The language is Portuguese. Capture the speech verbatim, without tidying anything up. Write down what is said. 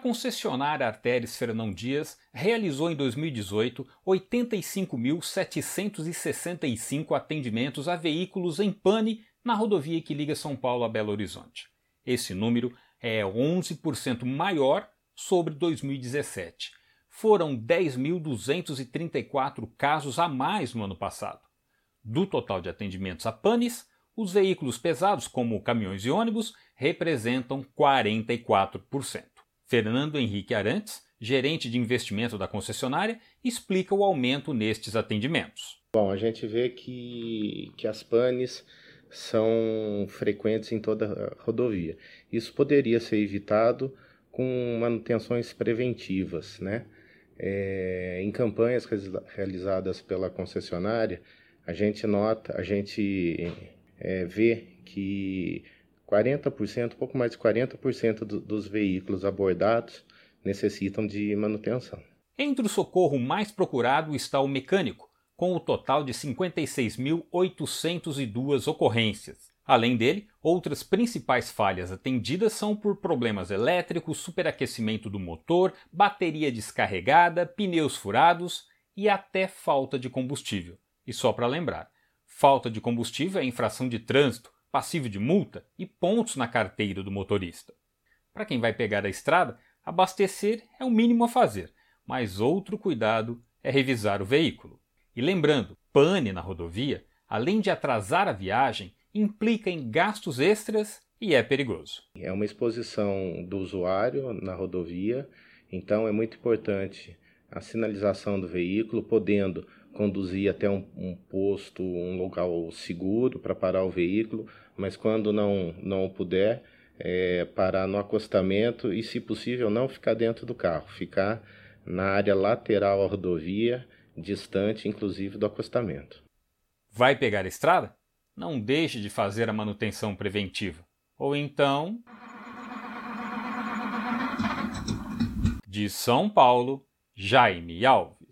concessionária Artéries Fernão Dias realizou em dois mil e dezoito oitenta e cinco mil setecentos e sessenta e cinco atendimentos a veículos em pane na rodovia que liga São Paulo a Belo Horizonte. Esse número é onze por cento maior sobre dois mil e dezessete. Foram dez mil duzentos e trinta e quatro casos a mais no ano passado. Do total de atendimentos a panes, os veículos pesados, como caminhões e ônibus, representam quarenta e quatro por cento. Fernando Henrique Arantes, gerente de investimento da concessionária, explica o aumento nestes atendimentos. Bom, a gente vê que, que as panes são frequentes em toda a rodovia. Isso poderia ser evitado com manutenções preventivas, né? É, em campanhas realizadas pela concessionária, a gente nota, a gente é, vê que quarenta por cento, pouco mais de quarenta por cento do, dos veículos abordados necessitam de manutenção. Entre o socorro mais procurado está o mecânico, com o total de cinquenta e seis mil oitocentas e duas ocorrências. Além dele, outras principais falhas atendidas são por problemas elétricos, superaquecimento do motor, bateria descarregada, pneus furados e até falta de combustível. E só para lembrar, falta de combustível é infração de trânsito, passível de multa e pontos na carteira do motorista. Para quem vai pegar a estrada, abastecer é o mínimo a fazer, mas outro cuidado é revisar o veículo. E lembrando, pane na rodovia, além de atrasar a viagem, implica em gastos extras e é perigoso. É uma exposição do usuário na rodovia, então é muito importante a sinalização do veículo, podendo conduzir até um, um posto, um local seguro para parar o veículo, mas quando não, não puder, é, parar no acostamento e, se possível, não ficar dentro do carro, ficar na área lateral à rodovia, distante, inclusive, do acostamento. Vai pegar a estrada? Não deixe de fazer a manutenção preventiva. Ou então... De São Paulo, Jaime Alves.